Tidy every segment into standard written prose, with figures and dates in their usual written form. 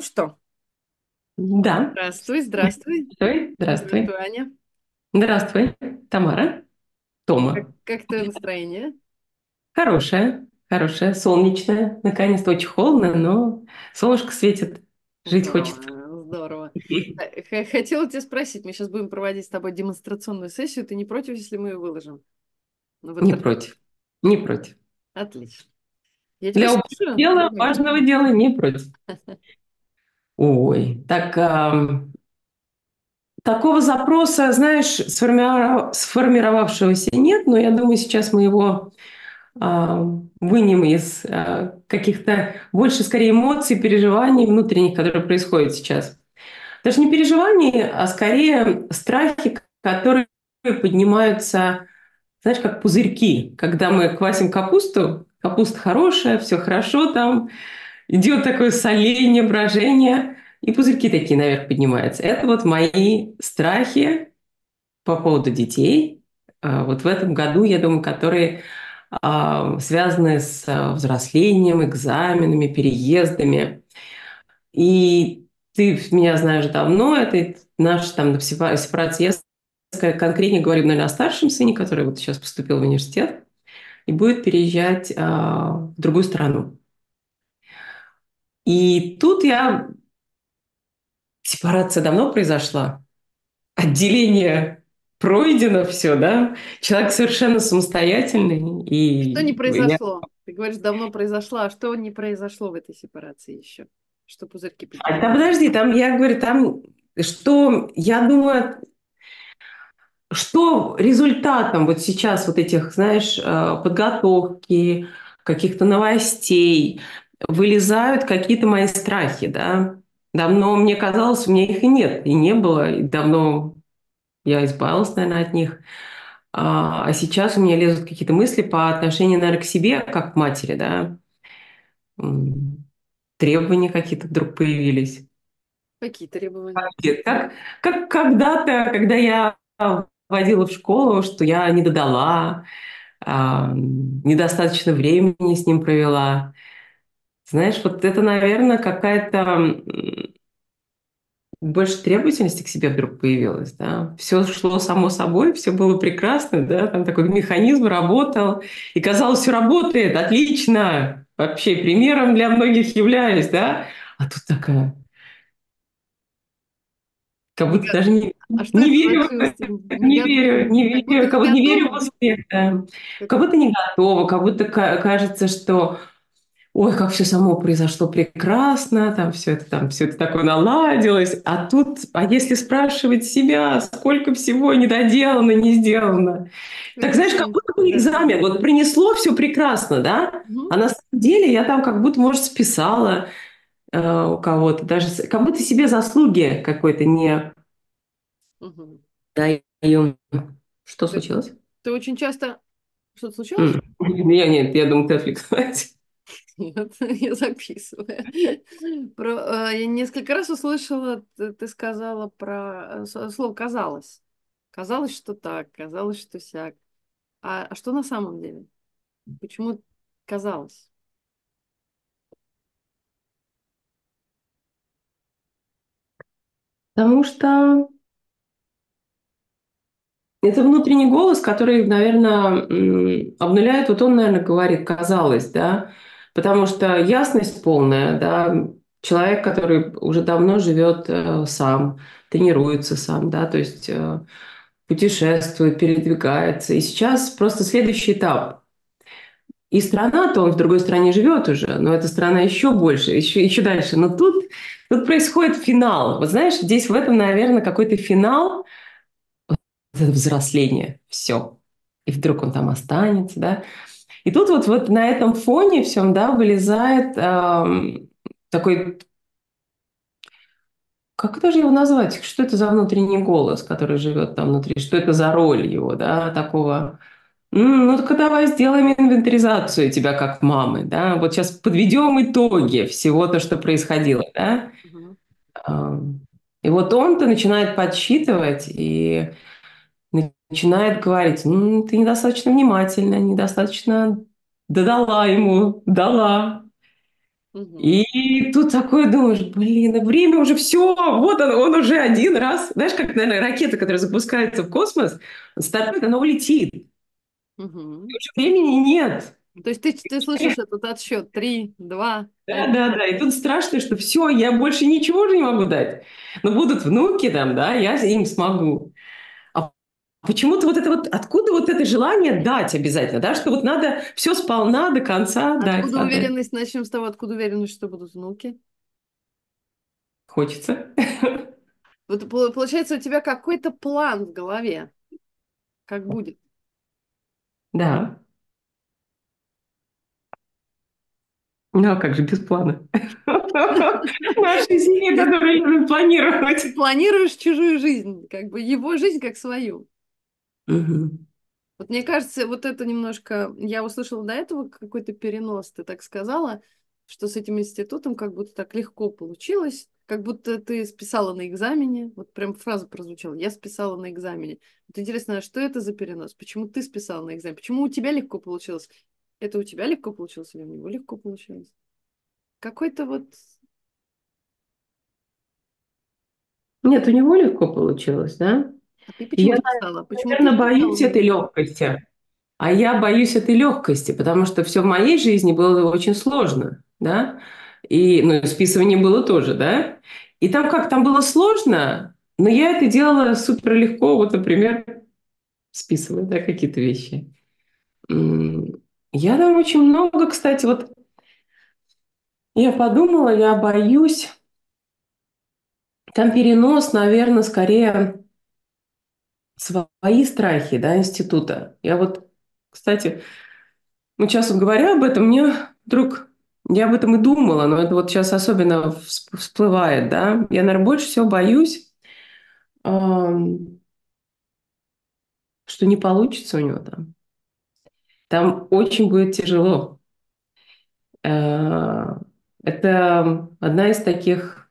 Что? Да. Здравствуй, здравствуй. Здравствуй. Здравствуй, Здравствуй. Аня. Здравствуй. Тамара. Как, Тома. как твое настроение? Хорошая. Хорошая. Солнечная. Наконец-то очень холодно, но солнышко светит. Жить хочется. Здорово, здорово. Хотела тебя спросить, мы сейчас будем проводить с тобой демонстрационную сессию. Ты не против, если мы ее выложим? Ну, в Не интернет. против. Не против. Отлично. Я тебя Для общего слушаю. дела, Давай. важного дела не против. Ой, так такого запроса, знаешь, сформировавшегося нет, но я думаю, сейчас мы его вынем из каких-то больше, скорее, эмоций, переживаний внутренних, которые происходят сейчас. Даже не переживания, а скорее страхи, которые поднимаются, знаешь, как пузырьки. Когда мы квасим капусту, капуста хорошая, все хорошо там, идет такое соление, брожение, и пузырьки такие наверх поднимаются. Это вот мои страхи по поводу детей. Вот в этом году, я думаю, которые связанные с взрослением, экзаменами, переездами. И ты меня знаешь давно, это наш там сепарация. Конкретнее говорим, наверное, о старшем сыне, который вот сейчас поступил в университет и будет переезжать в другую страну. И тут сепарация давно произошла, отделение пройдено все, да, человек совершенно самостоятельный, Что не и я. произошло? Ты говоришь, давно произошло, а что не произошло в этой сепарации еще? Что пузырьки Да поднимаются? подожди, там, я говорю, там, что, я думаю, что результатом вот сейчас вот этих, знаешь, подготовки, каких-то новостей вылезают какие-то мои страхи, да. Давно мне казалось, у меня их и нет, и не было, и давно я избавилась, наверное, от них. А сейчас у меня лезут какие-то мысли по отношению, наверное, к себе, как к матери, да. М, Требования какие-то вдруг появились. Какие требования? Нет, как когда-то, когда я водила в школу, что я не додала, недостаточно времени с ним провела. Знаешь, вот это, наверное, какая-то больше требовательности к себе вдруг появилась, да. Все шло само собой, все было прекрасно, да, там такой механизм работал, и казалось, все работает, отлично, вообще примером для многих являюсь, да. А тут такая, как Не будто го- даже не, А что не это за верю, чувство? не верю, не Как будто верю, не как будто не верю в готова? успех, да. Как Как будто не готова, как будто кажется, что ой, как все само произошло прекрасно, там все это такое наладилось, а тут, а если спрашивать себя, сколько всего недоделано, не сделано. Так знаешь, как это, будто бы да. экзамен, вот принесло все прекрасно, да, Мгм. а на самом деле я там как будто, может, списала у кого-то, даже как будто себе заслуги какой-то не Мгм. даю. Что Ты, случилось? ты очень часто... Что-то случилось? Нет, я думаю, Netflix. Нет, я записываю. Я несколько раз услышала, ты сказала про слово «казалось». Казалось, что так, казалось, что сяк. А что на самом деле? Почему казалось? Потому что это внутренний голос, который, наверное, обнуляет, вот он, наверное, говорит, казалось, да, потому что ясность полная, да, человек, который уже давно живет сам, тренируется сам, да, то есть путешествует, передвигается. И сейчас просто следующий этап. И страна-то он в другой стране живет уже, но эта страна еще больше, еще дальше. Но тут происходит финал. Вот знаешь, здесь в этом, наверное, какой-то финал, вот это взросление, все. И вдруг он там останется, да. И тут вот на этом фоне всем, да, вылезает такой, как это же его назвать? Что это за внутренний голос, который живет там внутри? Что это за роль его, да, такого? Ну, так давай сделаем инвентаризацию тебя как мамы, да. Вот сейчас подведем итоги всего то, что происходило, да. Мгм. Ам, И вот он-то начинает подсчитывать и начинает говорить, ты недостаточно внимательна, недостаточно додала ему, дала. Мгм. И тут такое думаешь, блин, а время уже все, вот он уже один раз. Знаешь, как, наверное, ракета, которая запускается в космос, стартует, она улетит. И Мгм. уже времени нет. То есть ты слышишь этот отсчет: три, два, Да, один. да, да. И тут страшно, что все, я больше ничего уже не могу дать. Но будут внуки там, да, я им смогу. А почему-то вот это вот, откуда вот это желание дать обязательно, да, что вот надо все сполна до конца дать, Откуда отдать. уверенность? Начнем с того, откуда уверенность, что будут внуки. Хочется. Вот получается, у тебя какой-то план в голове, как будет. Да. Ну, а как же без плана? Наша семья, Ты которая любит планировать. планируешь чужую жизнь, как бы его жизнь как свою. Мгм. Вот мне кажется, вот это немножко... Я услышала до этого какой-то перенос, ты так сказала, что с этим институтом как будто так легко получилось, как будто ты списала на экзамене. Вот прям фраза прозвучала: я списала на экзамене. Вот интересно, а что это за перенос? Почему ты списала на экзамен? Почему у тебя легко получилось? Это у тебя легко получилось или у него легко получилось? Какой-то вот... Нет, у него легко получилось, да? А ты И я, почему списала? Почему ты наверное, списала боюсь на этой экзамен? легкости. А я боюсь этой легкости, потому что все в моей жизни было очень сложно, да? И, ну, и списывание было тоже, да? И там как, там было сложно, но я это делала супер легко, вот, например, списывать, да, какие-то вещи. М, Я там очень много, кстати, вот я подумала, я боюсь, там перенос, наверное, скорее свои страхи, да, института. Я вот, кстати, ну, сейчас вот говоря об этом, мне вдруг, я об этом и думала, но это вот сейчас особенно всплывает, да. Я, наверное, больше всего боюсь, ам, что не получится у него там. Там очень будет тяжело. Э, Это одна из таких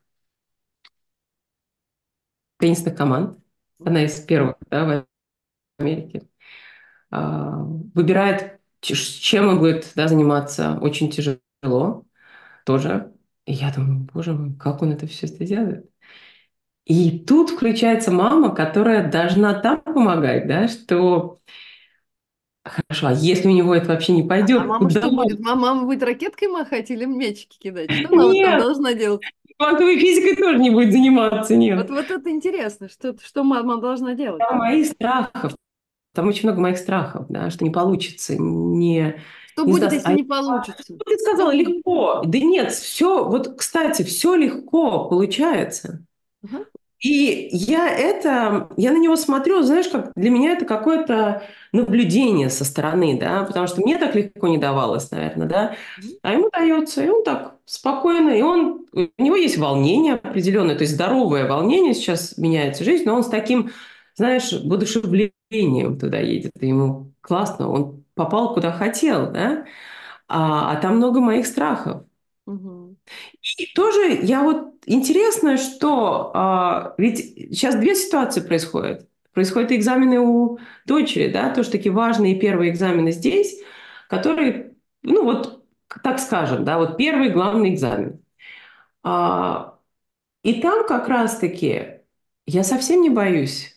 теннисных команд, одна из первых, да, в Америке. Выбирает, чем он будет, да, заниматься, очень тяжело тоже. И я думаю, боже мой, как он это все сделает? И тут включается мама, которая должна там помогать, да, что хорошо, а если у него это вообще не А пойдет, мама куда что будет? он? Мама будет ракеткой махать или мячики кидать? Что мама там Нет, должна делать? квантовой физикой тоже не будет заниматься, Вот, нет. вот это интересно, что мама должна делать? Там моих страхов, там очень много моих страхов, да, что не получится, Что не будет, сдаст. если не получится? Ты Что сказала будет? легко. Да нет, все, вот, кстати, все легко получается. Ага. И я на него смотрю, знаешь, как для меня это какое-то наблюдение со стороны, да, потому что мне так легко не давалось, наверное, да, Мгм. а ему дается, и он так спокойно, у него есть волнение определенное, то есть здоровое волнение, сейчас меняется жизнь, но он с таким, знаешь, воодушевлением туда едет, и ему классно, он попал куда хотел, да, а там много моих страхов. Мгм. И тоже я вот интересно, что ведь сейчас две ситуации происходят. Происходят экзамены у дочери, да, тоже такие важные первые экзамены здесь, которые, ну вот, так скажем, да, вот первый главный экзамен. А, и там как раз-таки я совсем не боюсь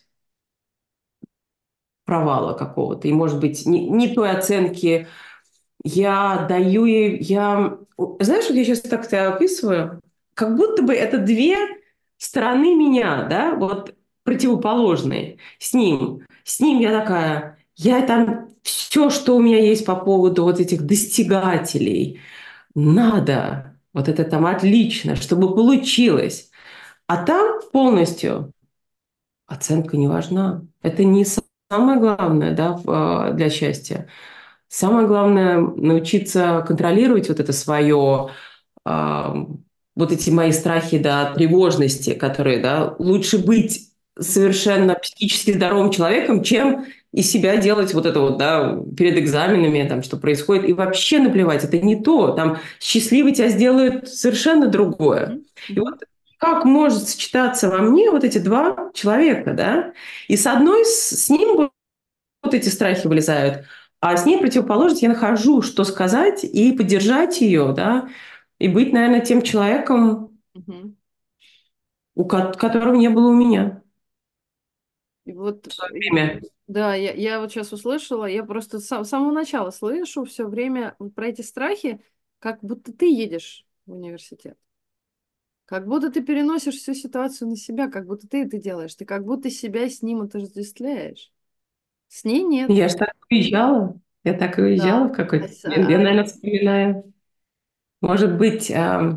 провала какого-то, и, может быть, не той оценки я даю ей, знаешь, вот я сейчас так тебя описываю, как будто бы это две стороны меня, да, вот противоположные с ним. С ним я такая, я там все, что у меня есть по поводу вот этих достигателей, надо, вот это там отлично, чтобы получилось. А там полностью оценка не важна. Это не самое главное, да, для счастья. Самое главное научиться контролировать вот это свое, вот эти мои страхи, да, тревожности, которые, да, лучше быть совершенно психически здоровым человеком, чем из себя делать вот это вот, да, перед экзаменами, там, что происходит, и вообще наплевать, это не то, там, счастливый тебя сделает совершенно другое. Мгм. И Мгм. вот как может сочетаться во мне вот эти два человека, да, и с одной, с ним вот эти страхи вылезают, а с ней противоположность я нахожу, что сказать и поддержать ее, да, и быть, наверное, тем человеком, Мгм. которого не было у меня И вот, в свое время. да, я вот сейчас услышала, я просто с самого начала слышу все время вот про эти страхи, как будто ты едешь в университет. Как будто ты переносишь всю ситуацию на себя, как будто ты это делаешь. Ты как будто себя с ним отождествляешь. С ней нет. Я же так уезжала. Я так и уезжала Да. в какой-то момент. Я, наверное, вспоминаю. Может быть,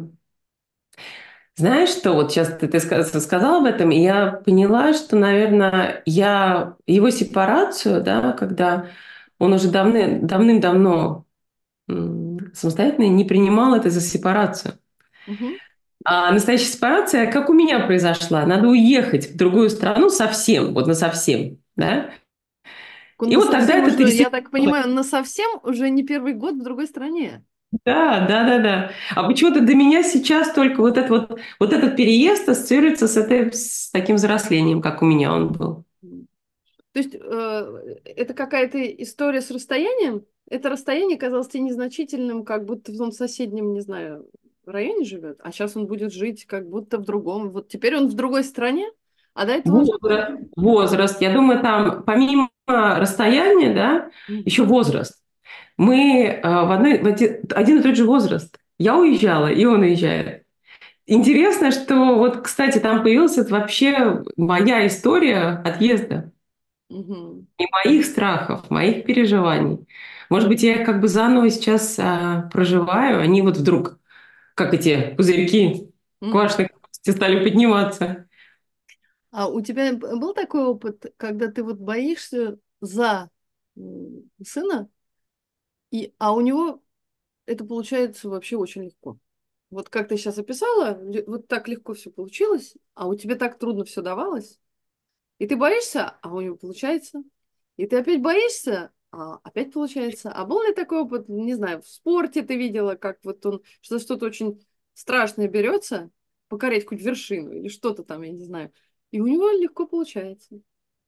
знаешь, что вот сейчас ты сказала об этом, и я поняла, что, наверное, я его сепарацию, да, когда он уже давным-давно самостоятельно не принимал это за сепарацию. Мгм. А настоящая сепарация, как у меня произошла, надо уехать в другую страну совсем, вот на совсем, да. И Он вот тогда совсем это уже, я перестает. так понимаю, на совсем уже не первый год в другой стране. Да, да, да, да. А почему-то до меня сейчас только вот этот переезд ассоциируется с таким взрослением, как у меня он был. То есть это какая-то история с расстоянием? Это расстояние казалось тебе незначительным, как будто в том соседнем, не знаю, районе живет, а сейчас он будет жить как будто в другом. Вот теперь он в другой стране, а до этого он жил в Возраст, другой. возраст. Я думаю, там помимо расстояния, да, еще Мгм. возраст. Мы один и тот же возраст. Я уезжала, и он уезжает. Интересно, что вот, кстати, там появилась вообще моя история отъезда. Мгм. И моих страхов, моих переживаний. Может быть, я их как бы заново сейчас проживаю, они вот вдруг, как эти пузырьки Мгм. квашеной капусты стали подниматься. А у тебя был такой опыт, когда ты вот боишься за сына, а у него это получается вообще очень легко? Вот как ты сейчас описала, вот так легко все получилось, а у тебя так трудно все давалось, и ты боишься, а у него получается, и ты опять боишься, а опять получается. А был ли такой опыт, не знаю, в спорте ты видела, как вот он что-то очень страшное берется, покорять хоть вершину или что-то там, я не знаю, и у него легко получается.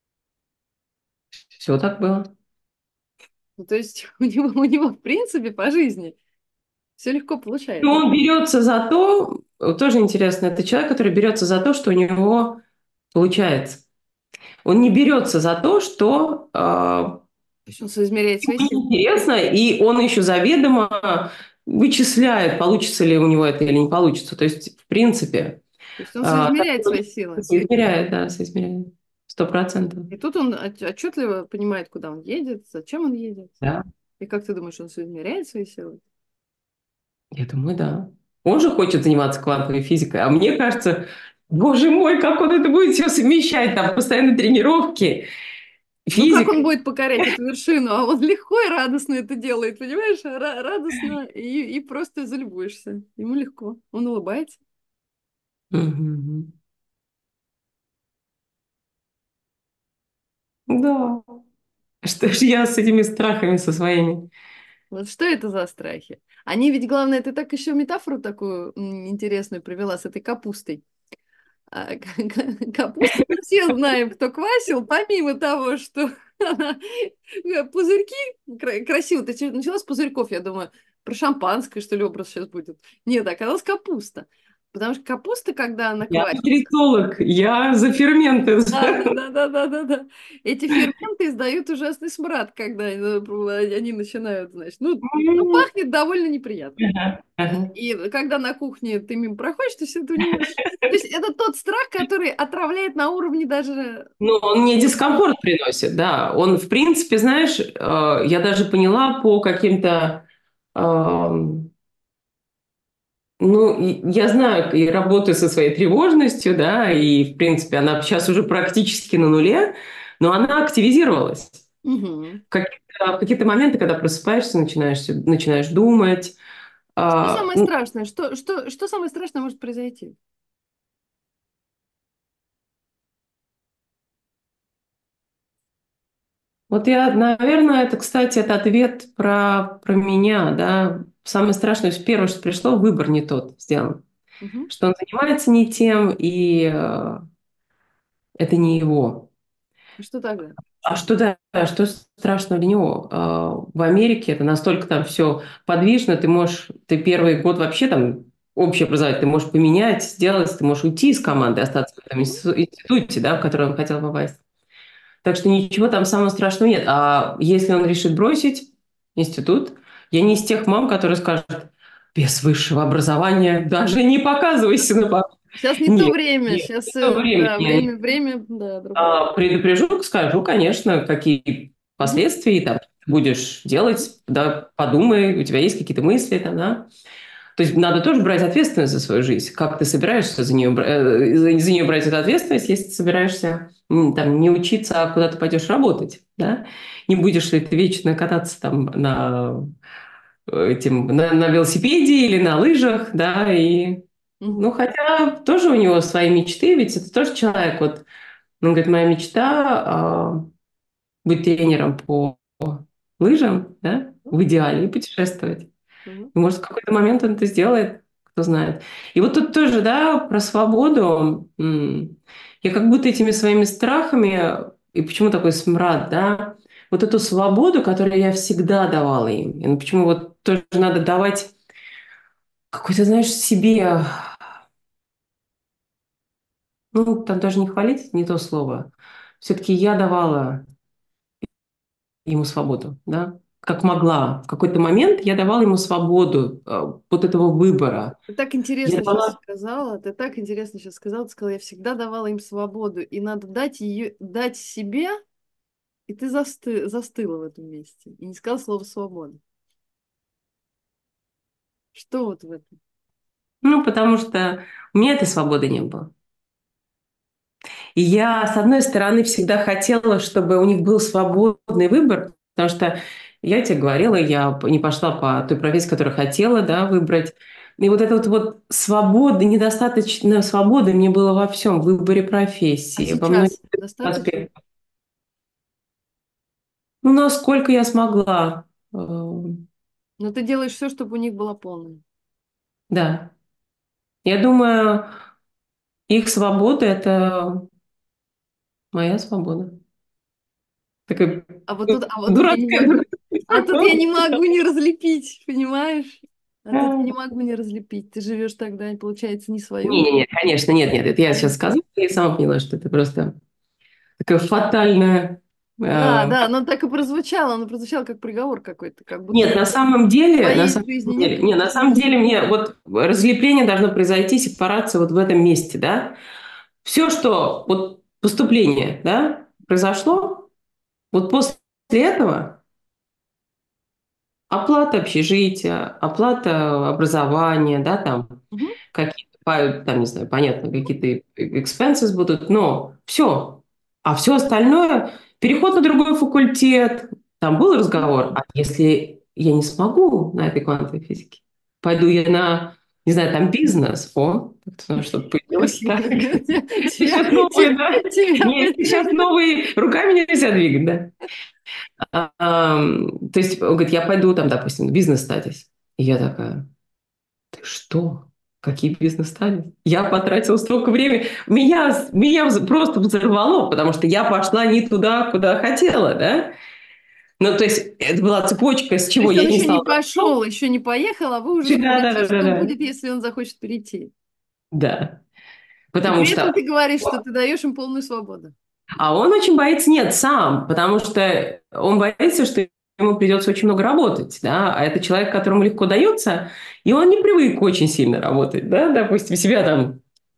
Все так было. Ну, то есть у него в принципе по жизни все легко Но получается. он берется за то, тоже интересно, это человек, который берется за то, что у него получается. Он не берется за то, что То есть он соизмеряет свои ему силы. неинтересно, и он еще заведомо вычисляет, получится ли у него это или не получится. То есть, в принципе, То есть он соизмеряет такой свои силы. соизмеряет, да, соизмеряет. 100%. И тут он отчетливо понимает, куда он едет, зачем он едет. Да, И как ты думаешь, он соизмеряет свои силы? я думаю, да. Он же хочет заниматься квантовой физикой, а мне кажется, боже мой, как он это будет все совмещать, там постоянно тренировки, Ну как физика. он будет покорять эту вершину? А он легко и радостно это делает, понимаешь? Радостно и просто залюбуешься. Ему легко. Он улыбается. Мгм. Да. Что ж я с этими страхами со своими? Вот что это за страхи? Они ведь, главное, ты так еще метафору такую интересную привела с этой капустой. Капусту мы все знаем, кто квасил, помимо того, что она пузырьки красиво. Ты начала с пузырьков, я думаю, про шампанское, что ли, образ сейчас будет. Нет, оказалось капуста. Потому что капуста, когда она Я квасится, нутрициолог, я за ферменты. да, да, да, да, да, да, да. Эти ферменты издают ужасный смрад, когда они начинают, значит, ну, пахнет довольно неприятно. Ага, ага. И когда на кухне ты мимо проходишь, ты все это понимаешь. То есть это тот страх, который отравляет на уровне даже... Ну, он мне дискомфорт приносит, да. Он, в принципе, знаешь, я даже поняла по каким-то... ну, я знаю и работаю со своей тревожностью, да, и, в принципе, она сейчас уже практически на нуле, но она активизировалась. Мгм. В какие-то моменты, когда просыпаешься, начинаешь думать. Что самое Ну, страшное? Что самое страшное может произойти? вот я, наверное, это, кстати, это ответ про меня, да. Самое страшное, первое, что пришло, выбор не тот сделан. Мгм. Что он занимается не тем, и это не его. Что тогда? А что, да, что страшного для него? В Америке это настолько там все подвижно, ты первый год вообще там общее образование, ты можешь поменять, сделать, ты можешь уйти из команды, остаться в этом Мгм. институте, да, в который он хотел попасть. Так что ничего там самого страшного нет. А если он решит бросить институт, я не из тех мам, которые скажут, без высшего образования даже не показывайся на папу. Сейчас не то Нет, время, нет, сейчас, не то время. да, время, да, другое. Предупрежу, скажу, конечно, какие Мгм. последствия там будешь делать, да, подумай, у тебя есть какие-то мысли там, да. То есть надо тоже брать ответственность за свою жизнь. Как ты собираешься за нее брать эту ответственность, если ты собираешься там, не учиться, а куда ты пойдешь работать, да? Не будешь ли ты вечно кататься там на велосипеде или на лыжах, да, и Мгм. ну, хотя тоже у него свои мечты, ведь это тоже человек, вот, он говорит, моя мечта быть тренером по лыжам, да, в идеале, и путешествовать. Мгм. Может, в какой-то момент он это сделает, кто знает. И вот тут тоже, да, про свободу. Я как будто этими своими страхами, и почему такой смрад, да, вот эту свободу, которую я всегда давала им. И почему вот тоже надо давать какой-то, знаешь, себе, ну, там даже не хвалить, не то слово. Все-таки я давала ему свободу, да, как могла. В какой-то момент я давала ему свободу вот этого выбора. Ты так Я интересно сейчас давала. сказала, ты так интересно сейчас сказала, ты сказала, я всегда давала им свободу, и надо дать себе, и ты застыла в этом месте, и не сказала слово свобода. Что вот в этом? Ну, потому что у меня этой свободы не было. И я, с одной стороны, всегда хотела, чтобы у них был свободный выбор, потому что я тебе говорила, я не пошла по той профессии, которую хотела, да, выбрать. И вот эта вот свобода, недостаточно свободы мне было во всем, в выборе А профессии, во многих сейчас достаточно? аспектах. Ну, насколько я смогла. Но ты делаешь все, чтобы у них была полная. Да. Я думаю, их свобода– это моя свобода. Такая А вот тут я не могу, дурацкая. а тут я не могу не разлепить, понимаешь? А тут я не могу не разлепить. Ты живешь тогда, получается, не свою. Не, конечно, нет, нет, это я сейчас сказала, и сама поняла, что это просто такая фатальная... Да, э, да, оно прозвучало как приговор какой-то, как будто Нет, в на твоей самом жизни нет, деле, как не, будто на твоей самом деле жизни. мне вот разлепление должно произойти, сепарация вот в этом месте, да. Все, что вот поступление, да, произошло, вот после этого оплата общежития, оплата образования, да, там, Мгм, какие-то, там, не знаю, понятно, какие-то expenses будут, но все. А все остальное, переход на другой факультет, там был мгм. разговор, а если я не смогу на этой квантовой физике, пойду я на, не знаю, там бизнес, что-то появилось так. Тебя, Сейчас новые, да? тебя, Нет, сейчас новые, руками нельзя двигать, да? То есть, он говорит, я пойду там, допустим, бизнес стадис. И я такая, ты что? Какие бизнес-стадии? Я потратила столько времени. Меня просто взорвало, потому что я пошла не туда, куда хотела, да? Ну, то есть, это была цепочка, с то чего есть он я не еще не стала. пошел, еще не поехал, а вы уже Да, да, говорите, да, да, что да. будет, если он захочет перейти. Да. И Потому при этом что... ты говоришь, что ты даешь им полную свободу. А он очень боится, нет, сам, потому что он боится, что ему придется очень много работать, да, а это человек, которому легко дается, и он не привык очень сильно работать, да, допустим, себя там,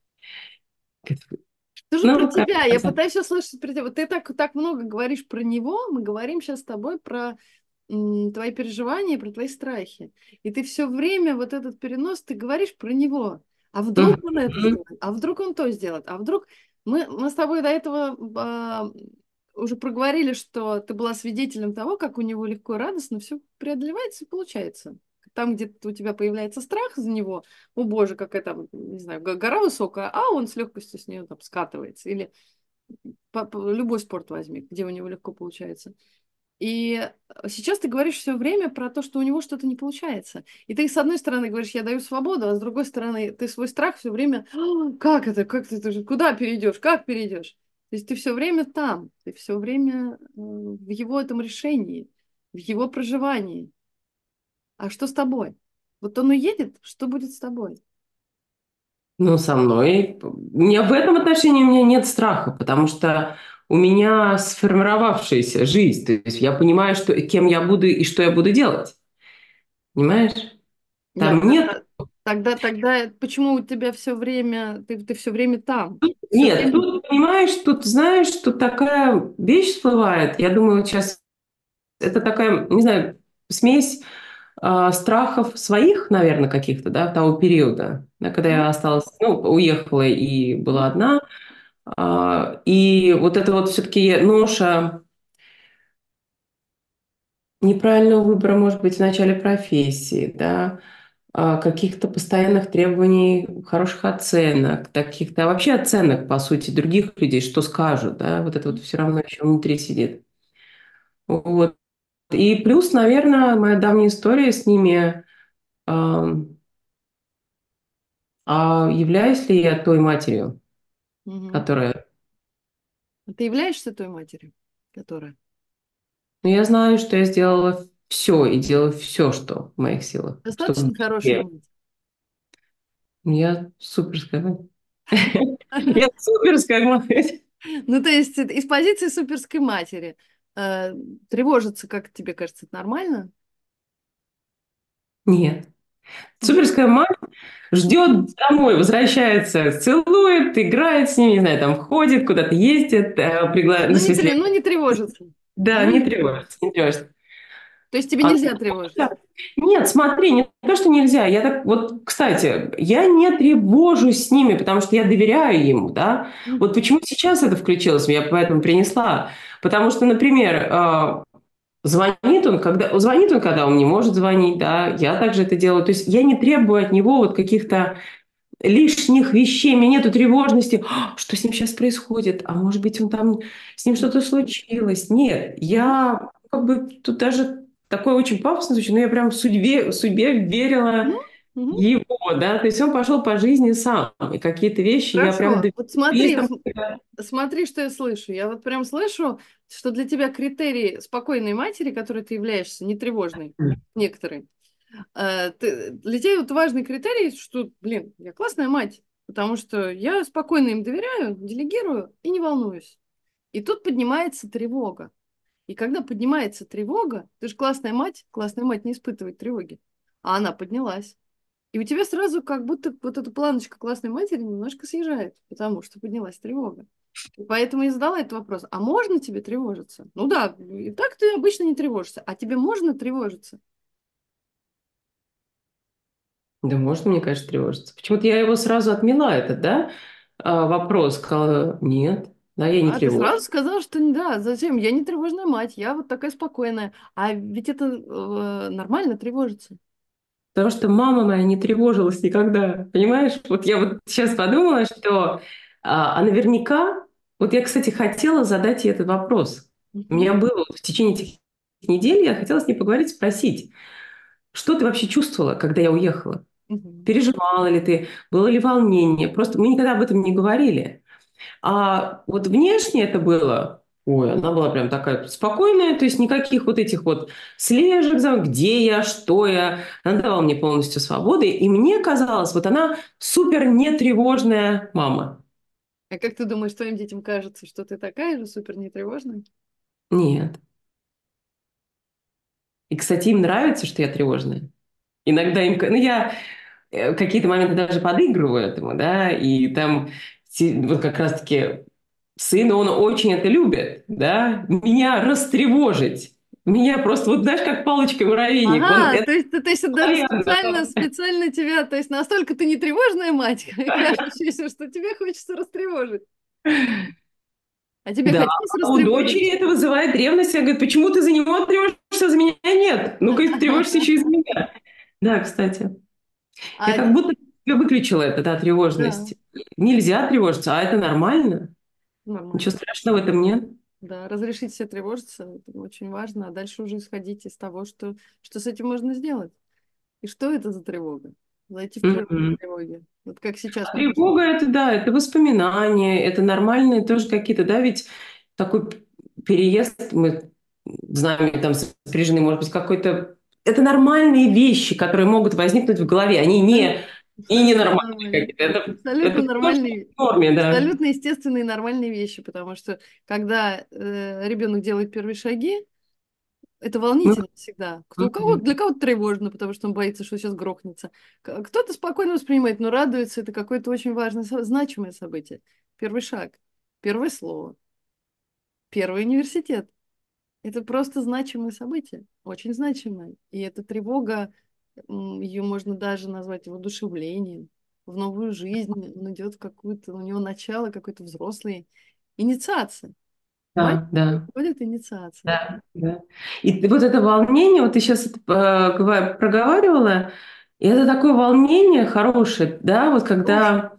Что же про ну, как тебя? Я это. пытаюсь услышать про тебя. Вот ты так много говоришь про него, мы говорим сейчас с тобой про твои переживания, про твои страхи. И ты все время вот этот перенос, ты говоришь про него. А вдруг он это Мгм. сделает? А вдруг он то сделает? А вдруг мы с тобой до этого уже проговорили, что ты была свидетелем того, как у него легко и радостно все преодолевается и получается. Там, где у тебя появляется страх за него, о боже, какая там, не знаю, гора высокая, а он с легкостью с нее там скатывается. Или любой спорт возьми, где у него легко получается. И сейчас ты говоришь все время про то, что у него что-то не получается. И ты, с одной стороны, говоришь, я даю свободу, а с другой стороны, ты свой страх все время, как это, куда перейдешь, как перейдешь? То есть ты все время там, ты все время в его этом решении, в его проживании. А что с тобой? Вот он уедет, что будет с тобой? Ну, со мной. В этом отношении у меня нет страха, потому что у меня сформировавшаяся жизнь. То есть я понимаю, что, кем я буду и что я буду делать. Понимаешь? Нет, Там нет. тогда почему у тебя все время, ты все время там? Все Нет, время. тут, понимаешь, тут, знаешь, тут такая вещь всплывает. Я думаю, вот сейчас это такая, не знаю, смесь страхов своих, наверное, каких-то, да, того периода, да, когда Мгм, я осталась, ну, уехала и мгм, была одна. И вот это вот все-таки ноша неправильного выбора, может быть, в начале профессии, да, каких-то постоянных требований, хороших оценок, таких-то вообще оценок, по сути, других людей, что скажут, да, вот это вот мгм, все равно еще внутри сидит. Вот. И плюс, наверное, моя давняя история с ними, являюсь ли я той матерью, мгм. которая... А ты являешься той матерью, которая? Ну, я знаю, что я сделала все и делаю все, что в моих силах, чтобы Достаточно быть хорошая успешной. мать. Я суперская мать. Я суперская мать. Ну, то есть из позиции суперской матери э, тревожиться, как тебе кажется, это нормально? Нет. Нет? Суперская мать ждет домой, возвращается, целует, играет с ними, не знаю, там ходит, куда-то ездит, ну, Ну, в смысле, ну, не тревожиться. да, Ну, не не тревожиться. тревожится, не тревожится. То есть тебе А нельзя тревожиться. нет, смотри, не то, что нельзя. Я так вот, кстати, я не тревожусь с ними, потому что я доверяю ему, да. Вот Мгм. почему сейчас это включилось, я поэтому принесла. Потому что, например, звонит он, когда он не может звонить, да, я также это делаю. То есть я не требую от него вот каких-то лишних вещей, у меня нету тревожности, что с ним сейчас происходит, а может быть, он там, с ним что-то случилось. Нет, Мгм. я как бы тут даже такое очень пафосно звучит, но я прям в судьбе верила Ну, мгм. его, да, то есть он пошел по жизни сам, и какие-то вещи я прям Хорошо. доверяю. Вот Есть смотри, там... смотри, что я слышу. Я вот прям слышу, что для тебя критерий спокойной матери, которой ты являешься, нетревожной, некоторые, для тебя вот важный критерий, что, блин, я классная мать, потому что я спокойно им доверяю, делегирую и не волнуюсь. И тут поднимается тревога. И когда поднимается тревога, ты же классная мать не испытывает тревоги, а она поднялась. И у тебя сразу как будто вот эта планочка классной матери немножко съезжает, потому что поднялась тревога. И поэтому я задала этот вопрос. А можно тебе тревожиться? Ну да, и так ты обычно не тревожишься. А тебе можно тревожиться? Да можно, мне кажется, тревожиться. Почему-то я его сразу отмела, этот, да, вопрос, сказала, нет, да, я не А ты тревожусь. сразу сказала, что да, зачем? Я не тревожная мать, я вот такая спокойная. А ведь это нормально тревожиться. Потому что мама моя не тревожилась никогда, понимаешь? Вот я вот сейчас подумала, что наверняка, вот я, кстати, хотела задать ей этот вопрос. У Мгм. меня было вот в течение этих недель, я хотела с ней поговорить, спросить, что ты вообще чувствовала, когда я уехала? Мгм. Переживала ли ты? Было ли волнение? Просто мы никогда об этом не говорили. А вот внешне это было, ой, она была прям такая спокойная, то есть никаких вот этих вот слежек, где я, что я. Она давала мне полностью свободы, и мне казалось, вот она супер нетревожная мама. А как ты думаешь, твоим детям кажется, что ты такая же супер нетревожная? Нет. И, кстати, им нравится, что я тревожная. Иногда им... Ну, я какие-то моменты даже подыгрываю этому, да, и там вот как раз-таки сын, он очень это любит, да, меня растревожить. Меня просто, вот знаешь, как палочка-муравейник. Он Ага, это то есть это даже постоянно. специально тебя, то есть настолько ты не тревожная мать, кажущаяся, что тебе хочется растревожить. А тебе Да, хотелось а у дочери растревожить? это вызывает ревность. Я говорю, почему ты за него тревожишься, за меня нет? Ну-ка, тревожься еще и за меня. Да, кстати. Я А, как будто выключила это, да, да, тревожность. Нельзя тревожиться, а это нормально. Ничего нормально. страшного в этом нет. Да, разрешить себе тревожиться, это очень важно, а дальше уже исходить из того, что с этим можно сделать. И что это за тревога? Зайти в природу Мгм. тревоги. Вот как сейчас А мы. тревога это да, это воспоминания, это нормальные тоже какие-то, да, ведь такой переезд, мы знаем, там сопряжены, может быть, какой-то... Это нормальные вещи, которые могут возникнуть в голове, они не, Абсолютно, и абсолютно ненормальные нормально. какие-то. Это Абсолютно немножко нормальные, в норме, да. абсолютно естественные и нормальные вещи, потому что когда ребенок делает первые шаги, это Ну, волнительно всегда. Кто, у кого, мгм. для кого-то тревожно, потому что он боится, что сейчас грохнется. Кто-то спокойно воспринимает, но радуется. Это какое-то очень важное, значимое событие. Первый шаг, первое слово, первый университет. Это просто значимое событие, очень значимое. И эта тревога, ее можно даже назвать воодушевлением в новую жизнь. Он идет в какую-то, у него начало какой-то взрослой инициации. Мальчик Да, да. проходит инициацию. Да, да. И вот это волнение, вот ты сейчас проговаривала, и это такое волнение хорошее, да, вот Хороший. когда,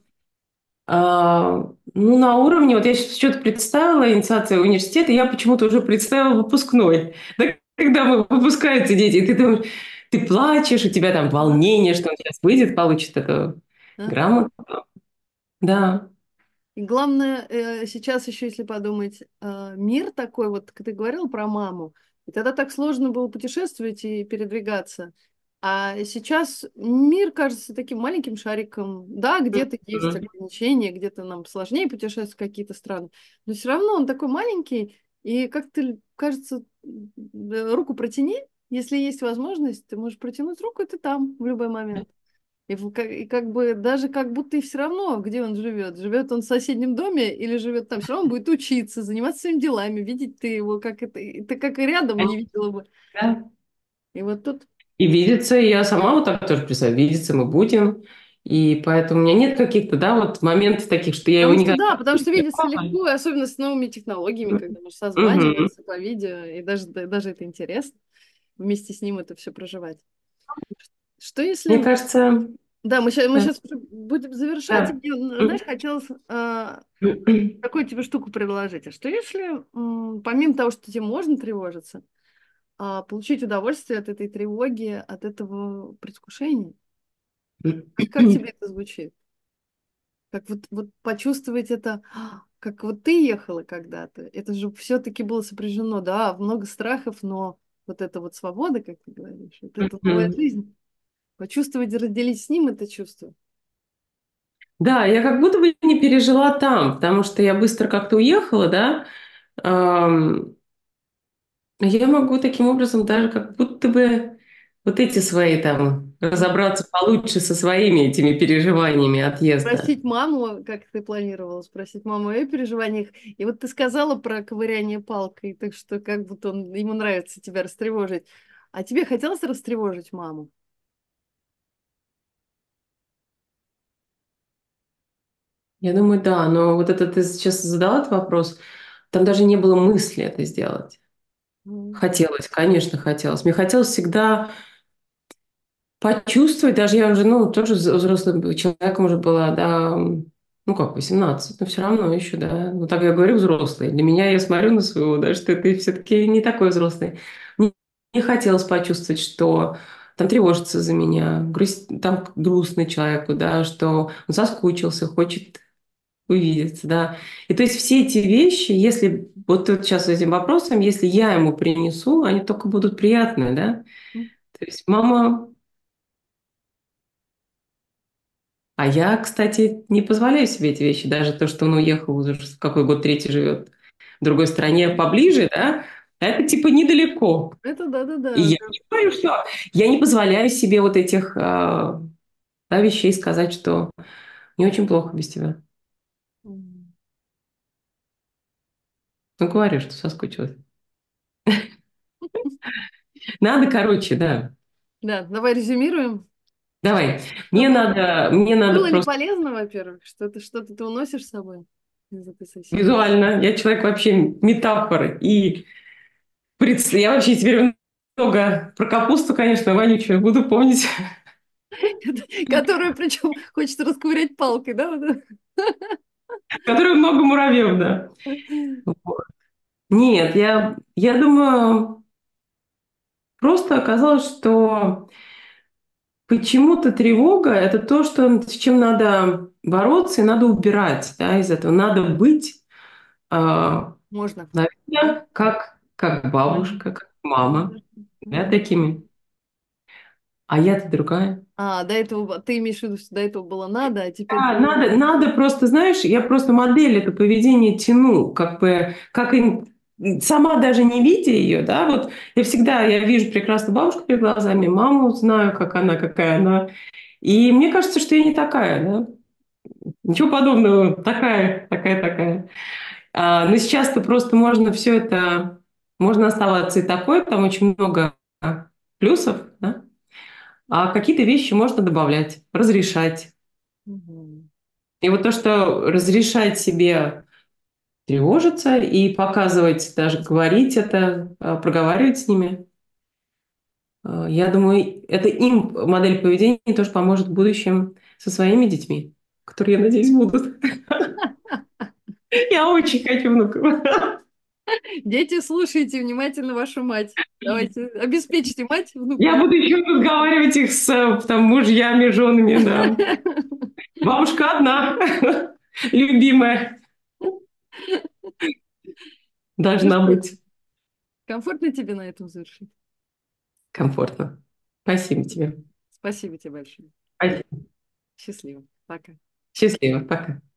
ну, на уровне, вот я сейчас что-то представила, инициация университета, я почему-то уже представила выпускной, да, когда выпускаются дети, и ты думаешь, ты плачешь, у тебя там Да, волнение, что он сейчас выйдет, получит эту да. грамоту, да. И главное, сейчас еще, если подумать, мир такой, вот как ты говорил про маму, и тогда так сложно было путешествовать и передвигаться. А сейчас мир кажется таким маленьким шариком. Да, где-то есть Мгм. ограничения, где-то нам сложнее путешествовать в какие-то страны, но все равно он такой маленький, и как-то кажется, руку протяни, если есть возможность, ты можешь протянуть руку, и ты там в любой момент. И как бы даже как будто и все равно, где он живет. Живет он в соседнем доме или живет там, все равно он будет учиться, заниматься своими делами, видеть ты его, как это как и рядом не видела бы. Да. И вот тут, И видеться, и я сама вот так тоже представляю, видеться мы будем. И поэтому у меня нет каких-то, да, вот моментов таких, что я его потому что никогда да, потому не что видеться видела. легко, и особенно с новыми технологиями, когда можно Мгм. созваниваться по видео, и даже это интересно, вместе с ним это все проживать. Что Мне если... кажется, Да, мы да, сейчас будем завершать, и да. мне, знаешь, хотелось такую тебе штуку предложить. А что если, помимо того, что тебе можно тревожиться, получить удовольствие от этой тревоги, от этого предвкушения? Как тебе это звучит? Как вот почувствовать это, как вот ты ехала когда-то. Это же все-таки было сопряжено, да, много страхов, но вот эта вот свобода, как ты говоришь, вот эта новая Мгм. жизнь. Почувствовать и разделить с ним это чувство. Да, я как будто бы не пережила там, потому что я быстро как-то уехала, да. Ам, Я могу таким образом даже как будто бы вот эти свои там разобраться получше со своими этими переживаниями отъезда. Спросить маму, как ты планировала, спросить маму о ее переживаниях. И вот ты сказала про ковыряние палкой, так что как будто ему нравится тебя растревожить. А тебе хотелось растревожить маму? Я думаю, да, но вот это ты сейчас задала этот вопрос, там даже не было мысли это сделать. М. Хотелось, конечно, хотелось. Мне хотелось всегда почувствовать, даже я уже, ну, тоже взрослым человеком уже была, да, ну как, 18, но все равно еще, да, ну так я говорю взрослый. Для меня я смотрю на своего, да, что ты все-таки не такой взрослый. Мне хотелось почувствовать, что там тревожится за меня, там грустный человеку, да, что он соскучился, хочет увидеться, да. И то есть все эти вещи, если вот тут сейчас с этим вопросом, если я ему принесу, они только будут приятные, да. М. То есть мама... А я, кстати, не позволяю себе эти вещи, даже то, что он уехал уже в какой год третий живет в другой стране поближе, да, это типа недалеко. Это И да-да-да. я не говорю, что я не позволяю себе вот этих да, вещей сказать, что не очень плохо без тебя. М. Ну, говорю, что соскучилась. Надо, короче, да. Да, давай резюмируем. Давай. Что Мне надо было ли просто полезно, во-первых? Что-то ты уносишь с собой из этой сессии? визуально. Я человек вообще метафоры. И я вообще теперь много про капусту, конечно, вонючую буду помнить. Которую, причем, хочется расковырять палкой, да? Вот это? В которой много муравьев, да. Вот. Нет, я думаю, просто оказалось, что почему-то тревога — это то, что, с чем надо бороться и надо убирать, да, из этого. Надо быть, а, Можно. Да? наверное, как бабушка, как мама, да, Мгм. такими. А я-то другая. А, до этого ты имеешь в виду, что до этого было надо, а теперь Да, ты... надо просто, знаешь, я просто модель это поведение тяну, как бы, как и сама даже не видя ее, да, вот я вижу прекрасно бабушку перед глазами, маму знаю, как она, какая она, и мне кажется, что я не такая, да, ничего подобного, такая. Но сейчас-то просто можно все это, можно оставаться и такой, там очень много плюсов, да, а какие-то вещи можно добавлять, разрешать. Мгм. И вот то, что разрешать себе тревожиться и показывать, даже говорить это, проговаривать с ними, я думаю, это им модель поведения тоже поможет в будущем со своими детьми, которые, я надеюсь, будут. Я очень хочу внуков. Дети, слушайте внимательно вашу мать. Давайте, обеспечьте мать Я внуками. буду еще разговаривать их с там, мужьями, женами, да. Бабушка одна, любимая, Ну должна что, быть комфортно тебе на этом завершить? комфортно. Спасибо тебе. Спасибо тебе большое. Спасибо. Счастливо. Пока. Счастливо. Пока.